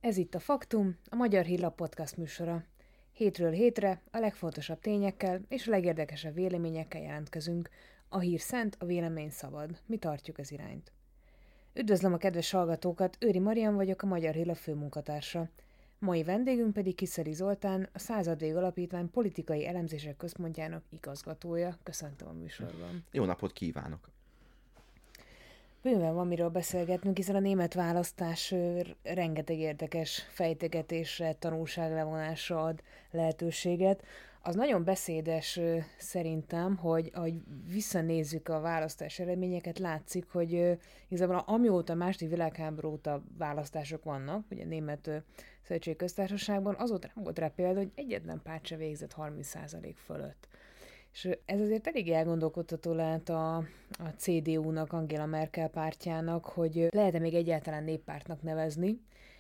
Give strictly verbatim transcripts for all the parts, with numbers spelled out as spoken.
Ez itt a Faktum, a Magyar Hírlap podcast műsora. Hétről hétre a legfontosabb tényekkel és a legérdekesebb véleményekkel jelentkezünk. A hír szent, a vélemény szabad. Mi tartjuk az irányt. Üdvözlöm a kedves hallgatókat, Őri Marian vagyok, a Magyar Hírlap főmunkatársa. Mai vendégünk pedig Kiszeli Zoltán, a Századvég Alapítvány Politikai Elemzések Központjának igazgatója. Köszöntöm a műsorban. Jó napot kívánok! Bőven van miről beszélgetnünk, hiszen a német választás rengeteg érdekes fejtegetésre, tanulságlevonásra ad lehetőséget. Az nagyon beszédes szerintem, hogy ahogy visszanézzük a választás eredményeket, látszik, hogy igazából amióta a második világháború óta választások vannak, ugye a Német Szövetségi Köztársaságban, azóta nem volt rá példa, hogy egyetlen párt se végzett harminc százalék fölött. És ez azért elég elgondolkodtató lehet a, a cé dé u-nak, Angela Merkel pártjának, hogy lehet-e még egyáltalán néppártnak nevezni,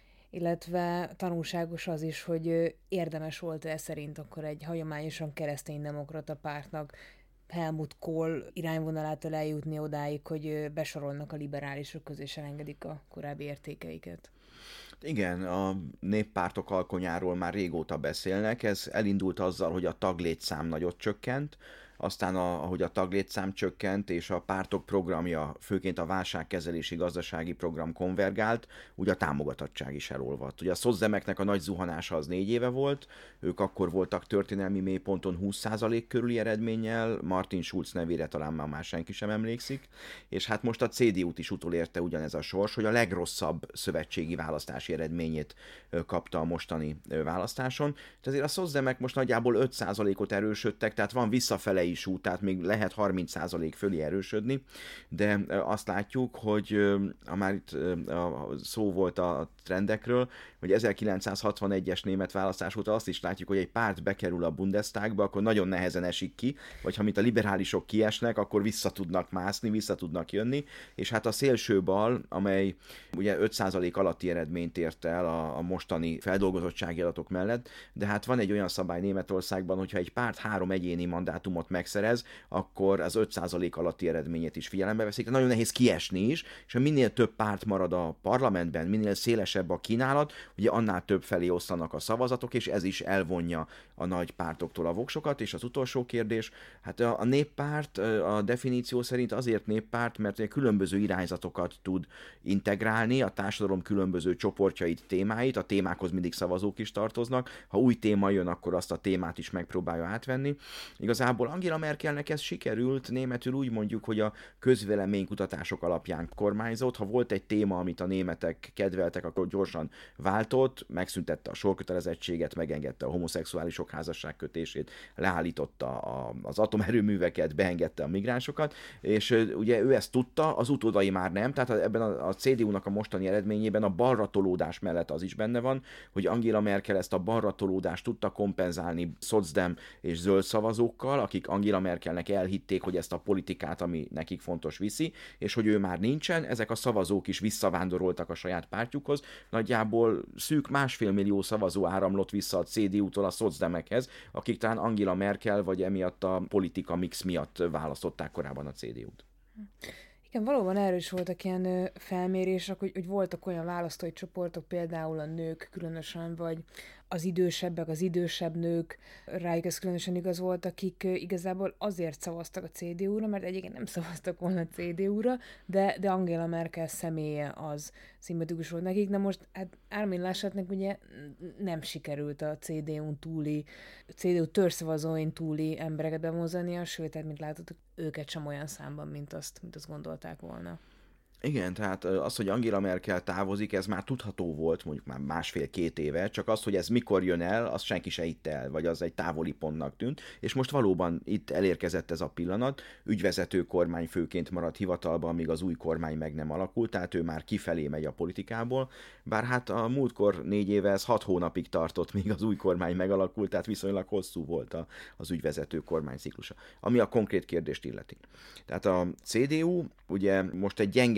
illetve tanulságos az is, hogy érdemes volt-e szerint akkor egy hagyományosan kereszténydemokrata pártnak Helmut Kohl irányvonalától eljutni odáig, hogy besorolnak a liberálisok közé, és elengedik a korábbi értékeiket. Igen, a néppártok alkonyáról már régóta beszélnek, ez elindult azzal, hogy a taglétszám nagyot csökkent, aztán a, ahogy a taglétszám csökkent, és a pártok programja, főként a válságkezelési gazdasági program konvergált, ugye a támogatottság is elolvadt. Ugye a szozdemeknek a nagy zuhanása az négy éve volt, ők akkor voltak történelmi mélyponton húsz százalék körüli eredménnyel, Martin Schulz nevére talán már, már senki sem emlékszik, és hát most a cé dé u-t is utolérte ugyanez a sors, hogy a legrosszabb szövetségi választási eredményét kapta a mostani választáson. Tehát azért a szozdemek most nagyjából öt százalékot erősödtek, tehát van visszafele is út, tehát még lehet harminc százalék fölé erősödni, de azt látjuk, hogy a már itt a szó volt a trendekről, hogy ezerkilencszázhatvanegyes német választás óta azt is látjuk, hogy egy párt bekerül a Bundestagba, akkor nagyon nehezen esik ki, vagy ha mint a liberálisok kiesnek, akkor vissza tudnak mászni, vissza tudnak jönni, és hát a szélső bal, amely ugye öt százalék alatti eredményt ért el a, a mostani feldolgozottsági adatok mellett, de hát van egy olyan szabály Németországban, hogyha egy párt három egyéni mandátumot megszerez, akkor az öt százalék alatti eredményét is figyelembe veszik. De nagyon nehéz kiesni is, és ha minél több párt marad a parlamentben, minél szélesebb a kínálat, ugye annál több felé osztanak a szavazatok, és ez is elvonja a nagy pártoktól a voksokat. És az utolsó kérdés, hát a, a néppárt a definíció szerint azért néppárt, mert különböző irányzatokat tud integrálni, a társadalom különböző csoportjait, témáit, a témákhoz mindig szavazók is tartoznak, ha új téma jön, akkor azt a témát is megpróbálja átvenni. Igazából Angela Merkelnek ez sikerült, németül úgy mondjuk, hogy a közvéleménykutatások alapján kormányzott. Ha volt egy téma, amit a németek kedveltek, akkor gyorsan váltott, megszüntette a sorkötelezettséget, megengedte a homoszexuálisok házasságkötését, leállította a, az atomerőműveket, beengedte a migránsokat, és ugye ő ezt tudta, az utódai már nem, tehát ebben a, a cé dé u-nak a mostani eredményében a balratolódás mellett az is benne van, hogy Angela Merkel ezt a balratolódást tudta kompenzálni szocdem és zöld szavazókkal, akik Angela Merkelnek elhitték, hogy ezt a politikát, ami nekik fontos, viszi, és hogy ő már nincsen, ezek a szavazók is visszavándoroltak a saját pártjukhoz. Nagyjából szűk másfél millió szavazó áramlott vissza a cé dé u-tól a szocdemekhez, akik talán Angela Merkel vagy emiatt a politika mix miatt választották korábban a cé dé u-t. Igen, valóban erről is voltak ilyen felmérések, hogy, hogy voltak olyan választói csoportok, például a nők különösen, vagy az idősebbek, az idősebb nők, rájuk ez különösen igaz volt, akik igazából azért szavaztak a cé dé u-ra, mert egyébként nem szavaztak volna a cé dé u-ra, de, de Angela Merkel személye az szimpatikus volt nekik. Na most, hát Armin Laschetnek ugye nem sikerült a cé dé u-n túli, cé dé u törzszavazóin túli embereket bevonzania, sőt, tehát mint látottuk, őket sem olyan számban, mint azt, mint azt gondolták volna. Igen, tehát az, hogy Angela Merkel távozik, ez már tudható volt, mondjuk már másfél-két éve, csak az, hogy ez mikor jön el, azt senki se hitte el, vagy az egy távoli pontnak tűnt, és most valóban itt elérkezett ez a pillanat, ügyvezető kormányfőként maradt hivatalban, míg az új kormány meg nem alakult, tehát ő már kifelé megy a politikából, bár hát a múltkor négy éve ez hat hónapig tartott, míg az új kormány megalakult, tehát viszonylag hosszú volt a, az ügyvezető kormány ciklusa, ami a konkrét kérdést illeti. Tehát a cé dé u ugye most egy gyenge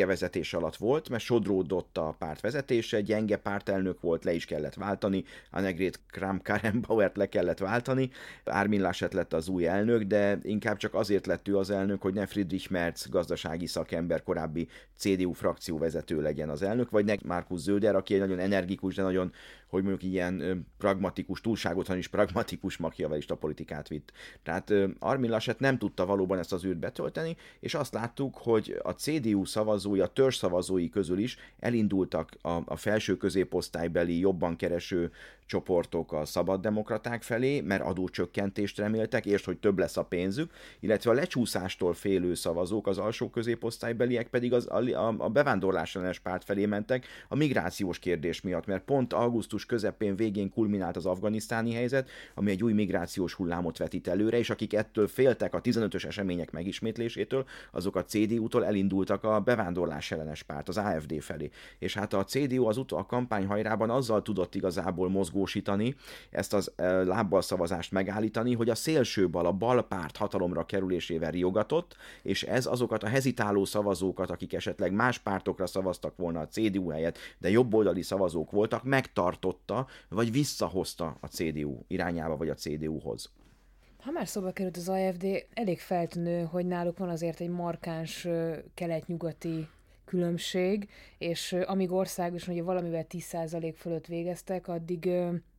vezetés alatt volt, mert sodródott a párt vezetése, gyenge pártelnök volt, le is kellett váltani, Annegret Kramp-Karrenbauert le kellett váltani, Armin Laschet lett az új elnök, de inkább csak azért lett ő az elnök, hogy ne Friedrich Merz gazdasági szakember, korábbi cé dé u frakcióvezető legyen az elnök, vagy ne Markus Söder, aki egy nagyon energikus, de nagyon, hogy mondjuk ilyen pragmatikus, túlságosan is pragmatikus machiavellista politikát vitt. Tehát Armin Laschet nem tudta valóban ezt az űrt betölteni, és azt láttuk, hogy a cé dé u szavazói, a törzs szavazói közül is elindultak a, a felső középosztálybeli, jobban kereső csoportok a szabaddemokraták felé, mert adócsökkentést reméltek, és hogy több lesz a pénzük, illetve a lecsúszástól félő szavazók, az alsó középosztálybeliek pedig az, a, a bevándorlás ellenes párt felé mentek a migrációs kérdés miatt, mert pont augusztus közepén végén kulminált az afganisztáni helyzet, ami egy új migrációs hullámot vetít előre, és akik ettől féltek a tizenötös események megismétlésétől, azok a cé dé u-tól elindultak a bevándorlás ellenes párt, az á ef dé felé. És hát a cé dé u az ut- a kampányhajrában azzal tudott igazából mozgósítani, ezt az e, lábbal szavazást megállítani, hogy a szélsőbal, a balpárt hatalomra kerülésével riogatott, és ez azokat a hezitáló szavazókat, akik esetleg más pártokra szavaztak volna a cé dé u helyett, de jobboldali szavazók voltak, megtartotta, vagy visszahozta a cé dé u irányába, vagy a cé dé u-hoz. Ha már szóba került az á ef dé, elég feltűnő, hogy náluk van azért egy markáns kelet-nyugati különbség, és amíg országosan ugye valamivel tíz százalék fölött végeztek, addig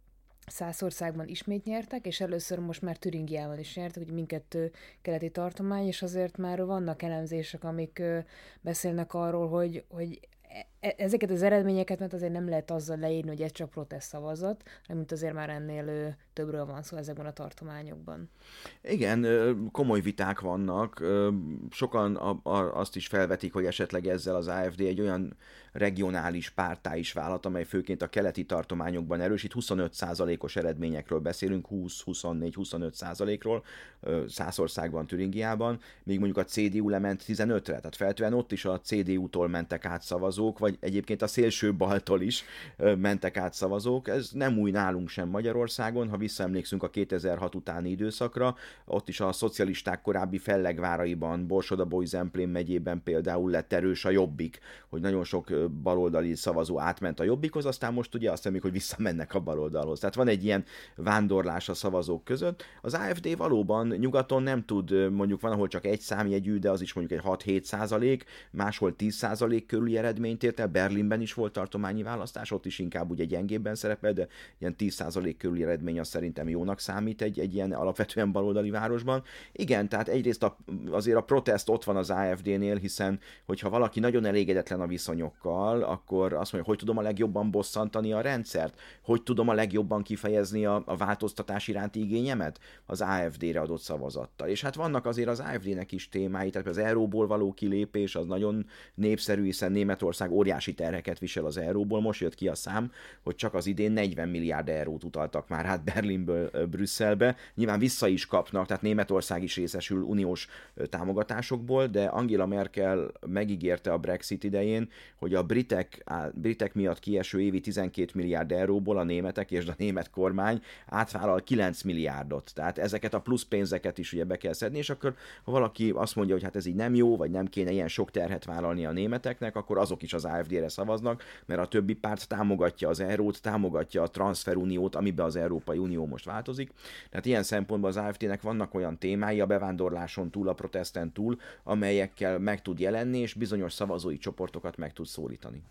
száz országban ismét nyertek, és először most már Türingiában is nyertek, ugye mindkettő keleti tartomány, és azért már vannak elemzések, amik beszélnek arról, hogy, hogy ezeket az eredményeket, mert azért nem lehet azzal leírni, hogy ez csak protest szavazat, hanem azért már ennél többről van szó ezekben a tartományokban. Igen, komoly viták vannak. Sokan azt is felvetik, hogy esetleg ezzel az á ef dé egy olyan regionális párttá is válhat, amely főként a keleti tartományokban erős. Itt huszonöt százalékos eredményekről beszélünk, húsz, huszonnégy, huszonöt százalékról száz országban, Türingiában, míg mondjuk a cé dé u lement tizenötre, tehát feltűen ott is a cé dé u-tól mentek át szavazók, vagy egyébként a szélső baltól is mentek át szavazók. Ez nem új nálunk sem Magyarországon, ha visszaemlékszünk a kétezer-hat utáni időszakra, ott is a szocialisták korábbi fellegváraiban, Borsod-Abaúj-Zemplén megyében például lett erős a Jobbik, hogy nagyon sok baloldali szavazó átment a Jobbikhoz, aztán most ugye azt reméljük, hogy visszamennek a baloldalhoz. Tehát van egy ilyen vándorlás a szavazók között. Az á ef dé valóban nyugaton nem tud, mondjuk van, ahol csak egy számjegyű, de az is mondjuk egy hat-hét százalék, máshol tíz százalék körüli eredményt ért el, Berlinben is volt tartományi választás, ott is inkább ugye gyengébben szerepel, de ilyen tíz százalék körüli eredmény az szerintem jónak számít egy, egy ilyen alapvetően baloldali városban. Igen, tehát egyrészt a, azért a protest ott van az á ef dé-nél, hiszen hogyha valaki nagyon elégedetlen a viszonyokkal, akkor azt mondja, hogy tudom a legjobban bosszantani a rendszert, hogy tudom a legjobban kifejezni a, a változtatás iránti igényemet az á ef dé-re adott szavazattal. És hát vannak azért az á ef dé-nek is témái, tehát az euróból való kilépés az nagyon népszerű, hiszen Németország óriási terheket visel az euróból. Most jött ki a szám, hogy csak az idén negyven milliárd eurót utaltak már hát Berlinből Brüsszelbe. Nyilván vissza is kapnak, tehát Németország is részesül uniós támogatásokból, de Angela Merkel megígérte a Brexit idején, hogy a britek, a britek miatt kieső évi tizenkét milliárd euróból a németek és a német kormány átvállal kilenc milliárdot. Tehát ezeket a plusz pénzeket is ugye be kell szedni, és akkor ha valaki azt mondja, hogy hát ez így nem jó, vagy nem kéne ilyen sok terhet vállalni a németeknek, akkor azok is az á ef dé-re szavaznak, mert a többi párt támogatja az eurót, támogatja a transferuniót, amiben az Európai Unió most változik. Tehát ilyen szempontból az á ef dé-nek vannak olyan témái a bevándorláson túl, a protesten túl, amelyekkel meg tud jelenni, és bizonyos szavazói csoportokat meg tud szólítani.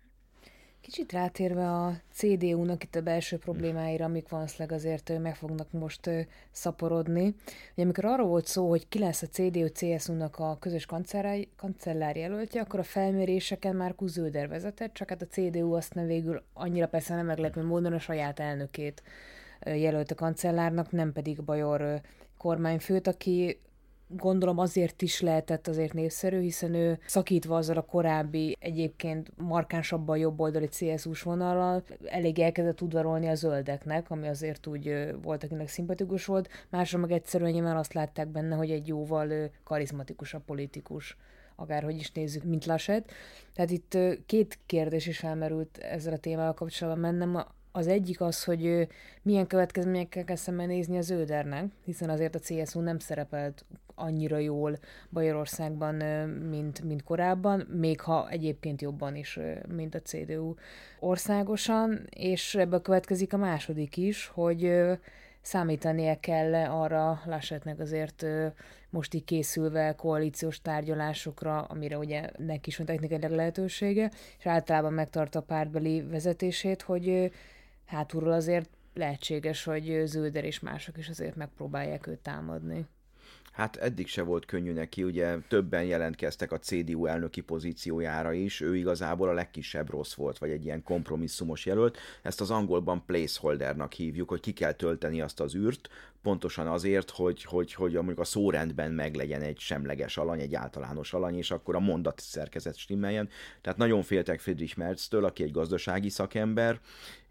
Kicsit rátérve a cé dé u-nak itt a belső problémáira, amik valószínűleg azért meg fognak most szaporodni. Ugye amikor arról volt szó, hogy ki lesz a cé dé u-cé es u-nak a közös kancellár jelöltje, akkor a felméréseken Markus Söder vezetett, csak hát a cé dé u aztán végül annyira persze nem meglepő módon a saját elnökét jelölte kancellárnak, nem pedig Bajor kormányfőt, aki gondolom azért is lehetett azért népszerű, hiszen ő szakítva azzal a korábbi, egyébként markánsabban jobboldali cé es u-s vonallal elég elkezdett udvarolni a zöldeknek, ami azért úgy volt, akinek szimpatikus volt. Másra meg egyszerűen nyilván azt látták benne, hogy egy jóval karizmatikusabb politikus, akárhogy is nézzük, mint Laschet. Tehát itt két kérdés is felmerült ezzel a témával kapcsolatban bennem. Az egyik az, hogy milyen következményekkel kell szembenézni a Södernek, hiszen azért a cé es u nem szerepelt annyira jól Bajorországban, mint, mint korábban, még ha egyébként jobban is, mint a cé dé u országosan, és ebből következik a második is, hogy számítania kell arra Laschetnek azért most így készülve koalíciós tárgyalásokra, amire ugye neki is van technikailag lehetősége, és általában megtart a pártbeli vezetését, hogy hátulról azért lehetséges, hogy Zöder és mások is azért megpróbálják őt támadni. Hát eddig se volt könnyű neki, ugye többen jelentkeztek a cé dé u elnöki pozíciójára is, ő igazából a legkisebb rossz volt, vagy egy ilyen kompromisszumos jelölt. Ezt az angolban placeholdernak hívjuk, hogy ki kell tölteni azt az űrt, pontosan azért, hogy, hogy, hogy mondjuk a szórendben meglegyen egy semleges alany, egy általános alany, és akkor a mondat szerkezet stimmeljen. Tehát nagyon féltek Friedrich Merztől, aki egy gazdasági szakember,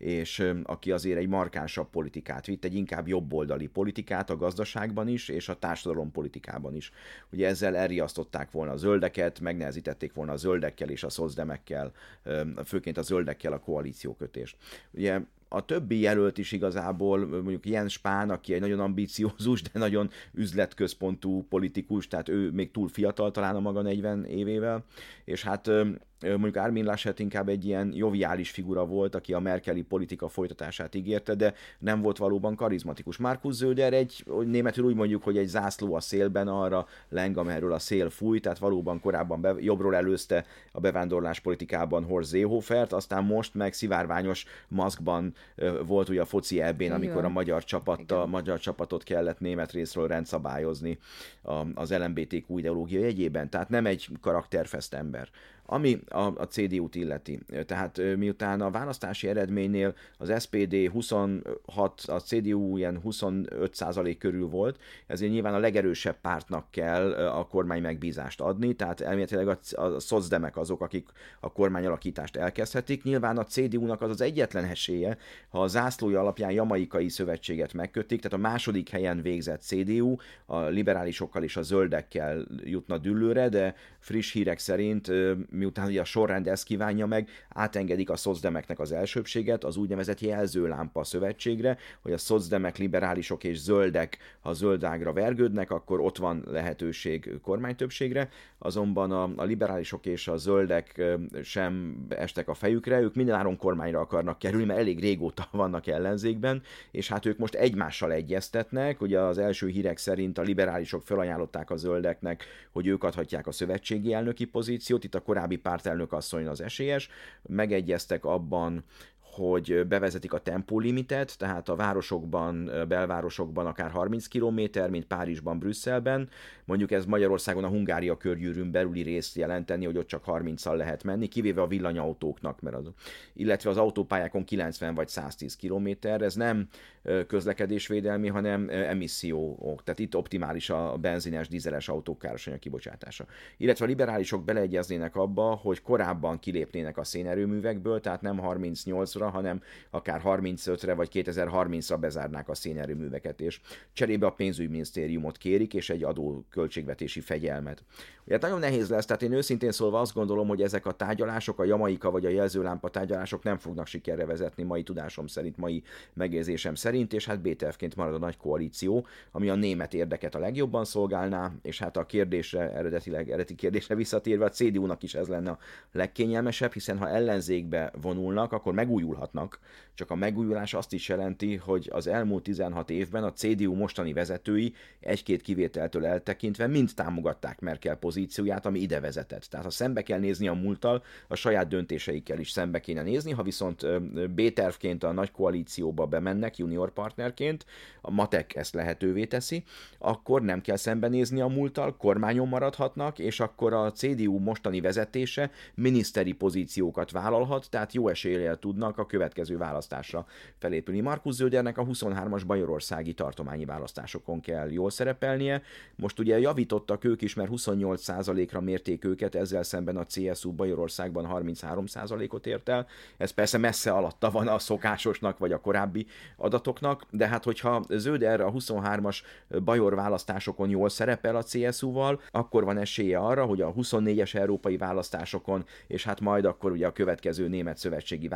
és aki azért egy markánsabb politikát vitt, egy inkább jobboldali politikát a gazdaságban is, és a társadalom politikában is. Ugye ezzel elriasztották volna a zöldeket, megnehezítették volna a zöldekkel és a szocdemekkel, főként a zöldekkel a koalíciókötést. Ugye a többi jelölt is igazából, mondjuk Jens Spahn, aki egy nagyon ambiciózus, de nagyon üzletközpontú politikus, tehát ő még túl fiatal, talán a maga negyven évével, és hát mondjuk Armin Laschet inkább egy ilyen joviális figura volt, aki a merkeli politika folytatását ígérte, de nem volt valóban karizmatikus. Markus Söder egy, németül úgy mondjuk, hogy egy zászló a szélben, arra leng, amerről a szél fúj, tehát valóban korábban be, jobbról előzte a bevándorlás politikában Horst Seehofert, aztán most meg szivárványos maszkban volt ugye a foci é bén, amikor a magyar, csapatta, magyar csapatot kellett német részről rendszabályozni az el em bé té kú ideológia jegyében, tehát nem egy karakterfest ember. Ami a, a cé dé út illeti. Tehát miután a választási eredménynél az es pé dé huszonhat, a cé dé u ilyen huszonöt százalék körül volt, ezért nyilván a legerősebb pártnak kell a kormány megbízást adni, tehát elméletileg a, a szocdemek azok, akik a kormányalakítást elkezdhetik. Nyilván a cé dé u-nak az az egyetlen esélye, ha a zászlója alapján jamaikai szövetséget megkötik, tehát a második helyen végzett cé dé u a liberálisokkal és a zöldekkel jutna dűlőre, de friss hírek szerint, miután ugye a sorrend ezt kívánja meg, átengedik a szocdemeknek az elsőbséget az úgynevezett jelzőlámpa szövetségre, hogy a szocdemek, liberálisok és zöldek, ha zöldágra vergődnek, akkor ott van lehetőség kormánytöbbségre, azonban a, a liberálisok és a zöldek sem estek a fejükre, ők mindenáron kormányra akarnak kerülni, mert elég régóta vannak ellenzékben, és hát ők most egymással egyeztetnek, ugye az első hírek szerint a liberálisok felajánlották a zöldeknek, hogy ők adhatják a szövetségi elnöki pozíciót, itt a korábbi pártelnök asszony az esélyes, megegyeztek abban, hogy bevezetik a tempólimitet, tehát a városokban, belvárosokban akár harminc kilométer, mint Párizsban, Brüsszelben. Mondjuk ez Magyarországon a Hungária körgyűrűn belüli részt jelenteni, hogy ott csak harminccal lehet menni, kivéve a villanyautóknak, mert az, illetve az autópályákon kilencven vagy száztíz kilométer. Ez nem közlekedésvédelmi, hanem emisszió, tehát itt optimális a benzines, dízeles autók károsanyag kibocsátása. Illetve a liberálisok beleegyeznének abba, hogy korábban kilépnének a szénerőművekből, tehát nem harmincnyolcra, hanem akár harmincötre vagy kétezer-harmincra bezárnák a szénerőműveket, és cserébe a pénzügyminisztériumot kérik, és egy adó költségvetési fegyelmet. Ugye nagyon nehéz lesz, tehát én őszintén szólva azt gondolom, hogy ezek a tárgyalások, a jamaika vagy a jelzőlámpa tárgyalások nem fognak sikerre vezetni mai tudásom szerint, mai megérzésem szerint, és hát bé té ef-ként marad a nagy koalíció, ami a német érdeket a legjobban szolgálná, és hát a kérdésre, eredetileg eredeti kérdésre visszatérve, a cé dé u-nak is ez lenne a legkényelmesebb, hiszen ha ellenzékbe vonulnak, akkor megújulhatnak, csak a megújulás azt is jelenti, hogy az elmúlt tizenhat évben a cé dé u mostani vezetői egy-két kivételtől eltekintve mind támogatták Merkel pozícióját, ami ide vezetett. Tehát ha szembe kell nézni a múlttal, a saját döntéseikkel is szembe kéne nézni, ha viszont B-tervként a nagy koalícióba bemennek junior partnerként, a matek ezt lehetővé teszi, akkor nem kell szembenézni a múlttal, kormányon maradhatnak, és akkor a cé dé u mostani vezetése miniszteri pozíciókat vállalhat, tehát jó eséllyel tudnak a következő választásra felépülni. Markus Södernek a huszonhármas bajorországi tartományi választásokon kell jól szerepelnie. Most ugye javítottak ők is, mert huszonnyolc százalékra mérték őket, ezzel szemben a cé es u Bajorországban harminchárom százalékot ért el. Ez persze messze alatta van a szokásosnak vagy a korábbi adatoknak, de hát hogyha Söder a huszonhármas bajor választásokon jól szerepel a cé es u-val, akkor van esélye arra, hogy a huszonnégyes európai választásokon, és hát majd akkor ugye a következő német szövetségi választásokon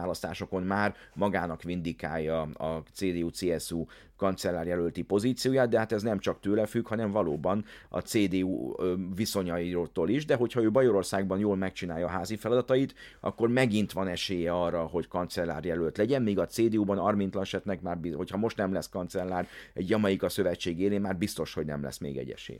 választásokon már magának vindikálja a cé dé u-cé es u kancellárjelölti pozícióját, de hát ez nem csak tőle függ, hanem valóban a cé dé u viszonyairól is, de hogyha ő Bajorországban jól megcsinálja a házi feladatait, akkor megint van esélye arra, hogy kancellárjelölt legyen, míg a cé dé u-ban Armin Laschetnek már, hogyha most nem lesz kancellár egy Jamaika szövetség élén, már biztos, hogy nem lesz még egy esély.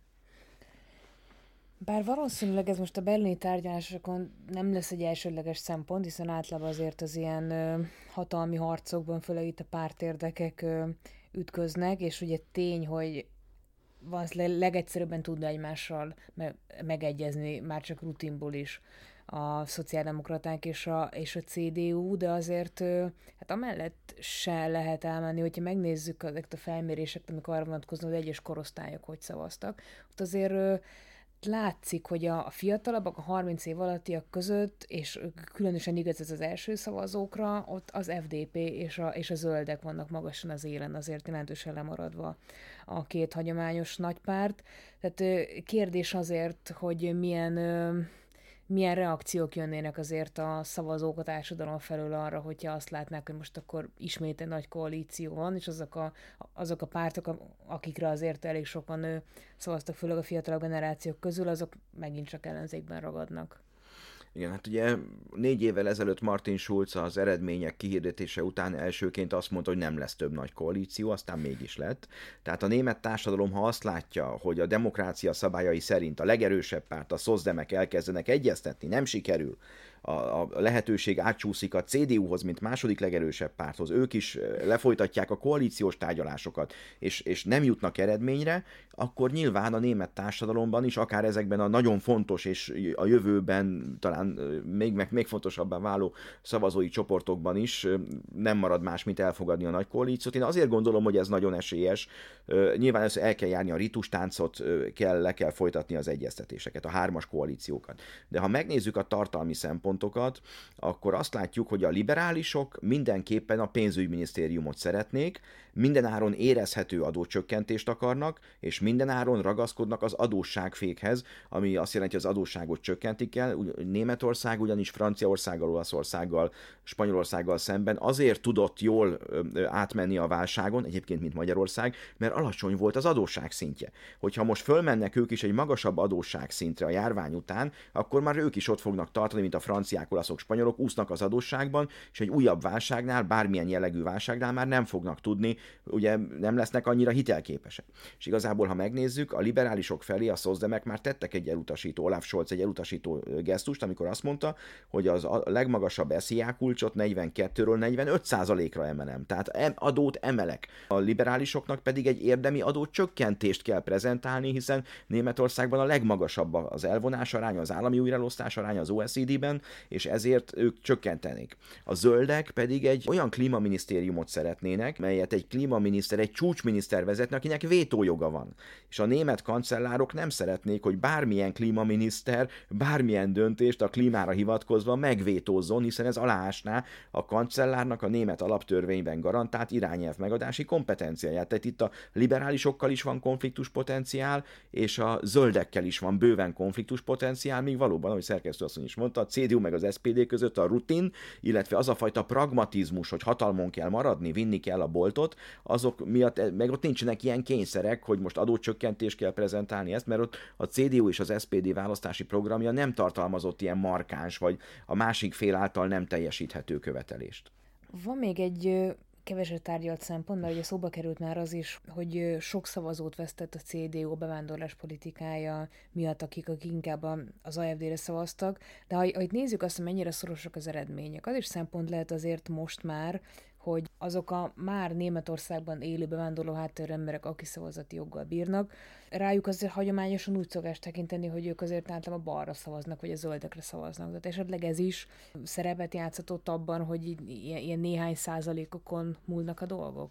Bár valószínűleg ez most a berlini tárgyalásokon nem lesz egy elsődleges szempont, hiszen általában azért az ilyen ö, hatalmi harcokban, főleg itt a pártérdekek ö, ütköznek, és ugye tény, hogy valószínűleg legegyszerűbben tudna egymással me- megegyezni, már csak rutinból is a szociáldemokraták és a, és a cé dé u, de azért ö, hát amellett se lehet elmenni, hogyha megnézzük ezeket a felméréseket, amikor arra vonatkoznak, hogy egyes korosztályok hogy szavaztak, ott azért ö, látszik, hogy a, a fiatalabbak, a harminc év alattiak között, és különösen igaz ez az első szavazókra, ott az ef dé pé és a, és a zöldek vannak magasan az élen, azért jelentősen lemaradva a két hagyományos nagypárt. Tehát kérdés azért, hogy milyen, milyen reakciók jönnének azért a szavazók a társadalom felől arra, hogyha azt látnák, hogy most akkor ismét egy nagy koalíció van, és azok a, azok a pártok, akikre azért elég sokan szavaztak, főleg a fiatalabb generációk közül, azok megint csak ellenzékben ragadnak. Igen, hát ugye négy évvel ezelőtt Martin Schulz az eredmények kihirdetése után elsőként azt mondta, hogy nem lesz több nagy koalíció, aztán mégis lett. Tehát a német társadalom, ha azt látja, hogy a demokrácia szabályai szerint a legerősebb párt, a szozdemek elkezdenek egyeztetni, nem sikerül, a, a lehetőség átcsúszik a cé dé u-hoz, mint második legerősebb párthoz, ők is lefolytatják a koalíciós tárgyalásokat, és, és nem jutnak eredményre, akkor nyilván a német társadalomban is, akár ezekben a nagyon fontos és a jövőben talán még, meg, még fontosabbá váló szavazói csoportokban is nem marad más, mint elfogadni a nagy koalíciót. Én azért gondolom, hogy ez nagyon esélyes. Nyilván ezt el kell járni a ritustáncot, kell, le kell folytatni az egyeztetéseket, a hármas koalíciókat. De ha megnézzük a tartalmi szempontokat, akkor azt látjuk, hogy a liberálisok mindenképpen a pénzügyminisztériumot szeretnék, mindenáron érezhető adócsökkentést akarnak, és mindenáron ragaszkodnak az adósságfékhez, ami azt jelenti, hogy az adósságot csökkentik kell. Németország ugyanis Franciaországgal, Olaszországgal, Spanyolországgal szemben azért tudott jól átmenni a válságon, egyébként mint Magyarország, mert alacsony volt az adósság szintje. Hogyha most fölmennek ők is egy magasabb adósság szintre a járvány után, akkor már ők is ott fognak tartani, mint a franciák, olaszok, spanyolok, úsznak az adósságban, és egy újabb válságnál, bármilyen jellegű válságnál már nem fognak tudni, ugye nem lesznek annyira hitelképesek. És igazából, ha megnézzük, a liberálisok felé a szozdemek már tettek egy elutasító, Olaf Scholz egy elutasító gesztust, amikor azt mondta, hogy az a legmagasabb es zé á kulcsot negyvenkettőről negyvenöt százalékra emelem. Tehát adót emelek. A liberálisoknak pedig egy érdemi adócsökkentést kell prezentálni, hiszen Németországban a legmagasabb az elvonás aránya, az állami újraelosztás aránya az o e cé dé-ben, és ezért ők csökkentenék. A zöldek pedig egy olyan klímaminisztériumot szeretnének, melyet egy klímaminiszter, egy csúcsminiszter vezetne, akinek vétójoga van. És a német kancellárok nem szeretnék, hogy bármilyen klímaminiszter bármilyen döntést a klímára hivatkozva megvétózzon, hiszen ez aláásná a kancellárnak a német alaptörvényben garantált irányelv megadási kompetenciáját. Tehát itt a liberálisokkal is van konfliktus potenciál, és a zöldekkel is van bőven konfliktus potenciál, míg valóban, ahogy szerkesztő asszony is mondta, a cé dé u meg az es pé dé között a rutin, illetve az a fajta pragmatizmus, hogy hatalmon kell maradni, vinni kell a boltot, azok miatt, meg ott nincsenek ilyen kényszerek, hogy most adócsökkentést kell prezentálni ezt, mert ott a cé dé u és az es pé dé választási programja nem tartalmazott ilyen markáns, vagy a másik fél által nem teljesíthető követelést. Van még egy keveset tárgyalt szempont, mert ugye szóba került már az is, hogy sok szavazót vesztett a cé dé u bevándorlás politikája miatt, akik, akik inkább az á ef dé-re szavaztak, de ha, ha itt nézzük azt, hogy mennyire szorosak az eredmények, az is szempont lehet azért most már, hogy azok a már Németországban élő bevándorló háttérű emberek, akik szavazati joggal bírnak, rájuk azért hagyományosan úgy szokás tekinteni, hogy ők azért általában balra szavaznak, vagy a zöldekre szavaznak. Tehát esetleg ez is szerepet játszhatott abban, hogy ilyen, ilyen néhány százalékokon múlnak a dolgok?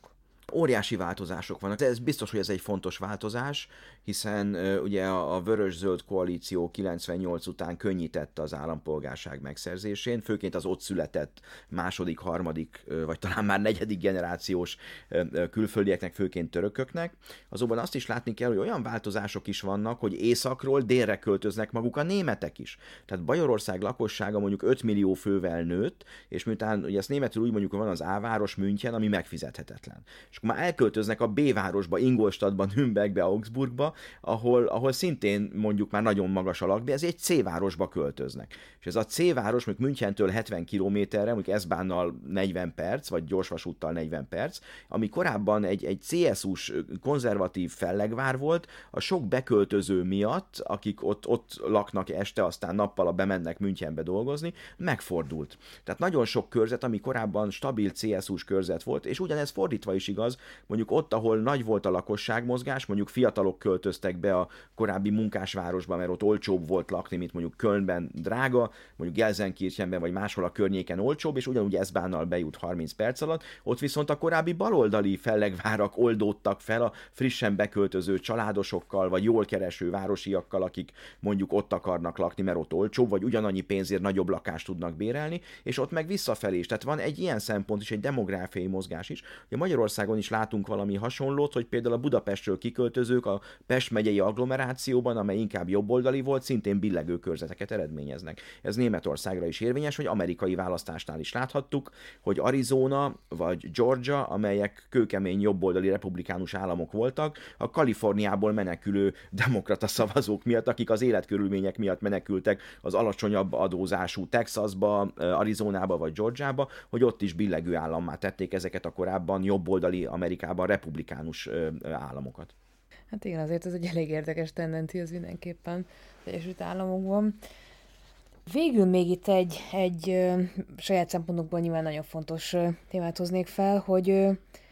Óriási változások vannak, de ez biztos, hogy ez egy fontos változás, hiszen uh, ugye a, a vörös-zöld koalíció kilencvennyolc után könnyítette az állampolgárság megszerzésén, főként az ott született második, harmadik, uh, vagy talán már negyedik generációs uh, külföldieknek, főként törököknek. Azonban azt is látni kell, hogy olyan változások is vannak, hogy északról délre költöznek maguk a németek is. Tehát Bajorország lakossága mondjuk öt millió fővel nőtt, és miután ugye ezt németül úgy mondjuk, hogy van az A-város München, ami megfizethetetlen. És akkor már elköltöznek a B-városba, Ingolstadtba, Nürnbergbe, Augsburgba, ahol, ahol szintén mondjuk már nagyon magas a lakbér, ezért egy C-városba költöznek. És ez a C-város, mondjuk Münchentől hetven kilométerre, mondjuk S-bánnal negyven perc, vagy gyorsvasúttal negyven perc, ami korábban egy, egy cé es u-s konzervatív fellegvár volt, a sok beköltöző miatt, akik ott, ott laknak este, aztán nappal bemennek Münchenbe dolgozni, megfordult. Tehát nagyon sok körzet, ami korábban stabil cé es u-s körzet volt, és ugyanez fordítva is igaz, mondjuk ott, ahol nagy volt a lakosságmozgás, mondjuk fiatalok költöztek be a korábbi munkásvárosba, mert ott olcsóbb volt lakni, mint mondjuk Kölnben drága, mondjuk Gelsenkirchenben vagy máshol a környéken olcsóbb, és ugyanúgy S-bánnal bejut harminc perc alatt, ott viszont a korábbi baloldali fellegvárak oldódtak fel a frissen beköltöző családosokkal, vagy jól kereső városiakkal, akik mondjuk ott akarnak lakni, mert ott olcsóbb, vagy ugyanannyi pénzért nagyobb lakást tudnak bérelni, és ott meg visszafelé is. Tehát van egy ilyen szempont is, egy demográfiai mozgás is. Ugye Magyarországon is látunk valami hasonlót, hogy például a Budapestről kiköltözők a Pest megyei agglomerációban, amely inkább jobboldali volt, szintén billegő körzeteket eredményeznek. Ez Németországra is érvényes, hogy amerikai választásnál is láthattuk, hogy Arizona vagy Georgia, amelyek kőkemény jobboldali republikánus államok voltak, a Kaliforniából menekülő demokrata szavazók miatt, akik az életkörülmények miatt menekültek az alacsonyabb adózású Texasba, Arizonába vagy Georgiába, hogy ott is billegő állammá tették ezeket a korábban jobboldali Amerikában republikánus államokat. Hát igen, azért ez egy elég érdekes tendencia az mindenképpen az Egyesült Államokban. Végül még itt egy, egy ö, saját szempontokból nyilván nagyon fontos ö, témát hoznék fel, hogy ö,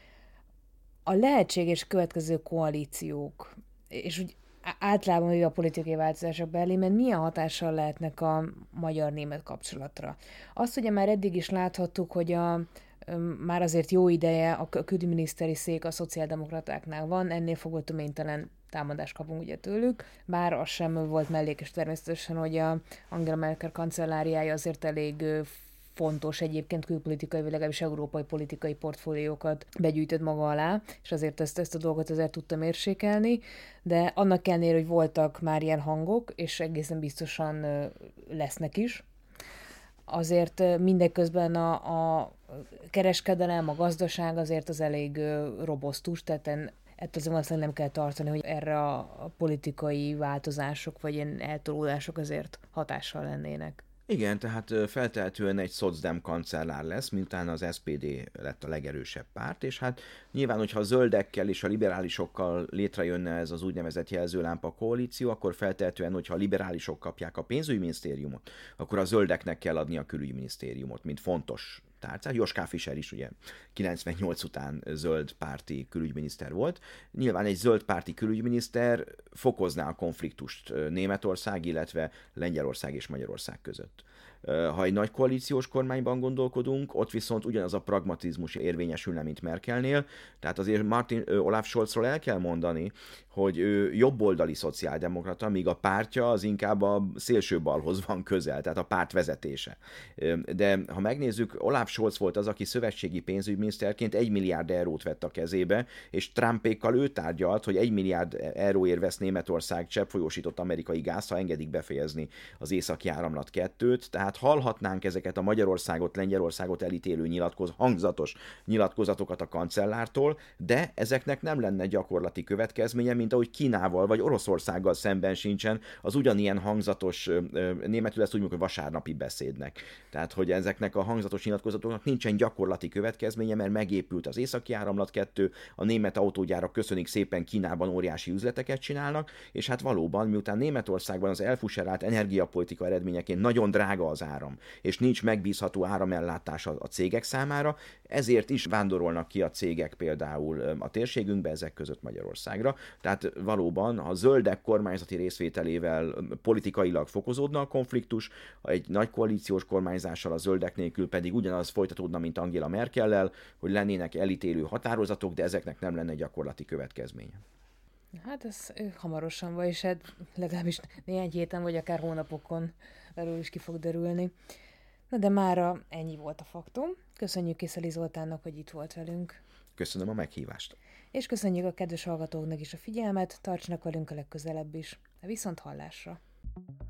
a lehetséges következő koalíciók, és úgy általában a politikai változások Berlinben milyen hatással lehetnek a magyar-német kapcsolatra. Azt ugye már eddig is láthattuk, hogy a már azért jó ideje a külügyminiszteri szék a szociáldemokratáknál van, ennél fogva töménytelen támadást kapunk ugye tőlük, bár az sem volt mellékes természetesen, hogy a Angela Merkel kancelláriája azért elég fontos egyébként külpolitikai, vagy legalábbis európai politikai portfóliókat begyűjtött maga alá, és azért ezt, ezt a dolgot azért tudtam mérsékelni, de annak ellenére, hogy voltak már ilyen hangok, és egészen biztosan lesznek is, azért mindeközben a, a kereskedelem, a gazdaság azért az elég robosztus, tehát ettől azért valószínűleg nem kell tartani, hogy erre a politikai változások vagy ilyen eltolódások azért hatással lennének. Igen, tehát feltehetően egy szocdem kancellár lesz, miután az es pé dé lett a legerősebb párt, és hát nyilván, hogyha a zöldekkel és a liberálisokkal létrejönne ez az úgynevezett jelzőlámpa koalíció, akkor feltehetően, hogyha a liberálisok kapják a pénzügyminisztériumot, akkor a zöldeknek kell adni a külügyminisztériumot, mint fontos tárcát. Joschka Fischer is ugye kilencvennyolc után zöld párti külügyminiszter volt. Nyilván egy zöld párti külügyminiszter fokozná a konfliktust Németország, illetve Lengyelország és Magyarország között. Ha egy nagy koalíciós kormányban gondolkodunk, ott viszont ugyanaz a pragmatizmus érvényesülne, mint Merkelnél. Tehát azért Martin Olaf Scholzról el kell mondani, hogy ő jobboldali szociáldemokrata, míg a pártja az inkább a szélső balhoz van közel, tehát a párt vezetése. De ha megnézzük, Olaf Scholz volt az, aki szövetségi pénzügyminiszterként egy milliárd eurót vett a kezébe, és Trumpékkal ő tárgyalt, hogy egy milliárd euróért vesz Németország cseppfolyósított amerikai gázt, ha engedik befejezni az északi áramlat kettőt. Tehát hallhatnánk ezeket a Magyarországot, Lengyelországot elítélő nyilatkoz, hangzatos nyilatkozatokat a kancellártól, de ezeknek nem lenne gyakorlati következménye, mint ahogy Kínával vagy Oroszországgal szemben sincsen az ugyanilyen hangzatos, németül ezt úgy mondjuk, hogy vasárnapi beszédnek. Tehát, hogy ezeknek a hangzatos nyilatkozatoknak nincsen gyakorlati következménye, mert megépült az északi áramlat kettő, a német autógyárak köszönik szépen Kínában óriási üzleteket csinálnak, és hát valóban, miután Németországban az elfuserált energiapolitika eredményeként nagyon drága az az áram, és nincs megbízható áramellátás a, a cégek számára, ezért is vándorolnak ki a cégek például a térségünkbe, ezek között Magyarországra. Tehát valóban a zöldek kormányzati részvételével politikailag fokozódna a konfliktus, egy nagy koalíciós kormányzással, a zöldek nélkül pedig ugyanaz folytatódna, mint Angela Merkellel, hogy lennének elítélő határozatok, de ezeknek nem lenne gyakorlati következménye. Hát ez hamarosan van, és hát legalábbis néhány héten, vagy akár hónapokon belül is ki fog derülni. Na de mára ennyi volt a faktum. Köszönjük Kiszeli Zoltánnak, hogy itt volt velünk. Köszönöm a meghívást. És köszönjük a kedves hallgatóknak is a figyelmet, tartsanak velünk a legközelebb is. A viszont hallásra!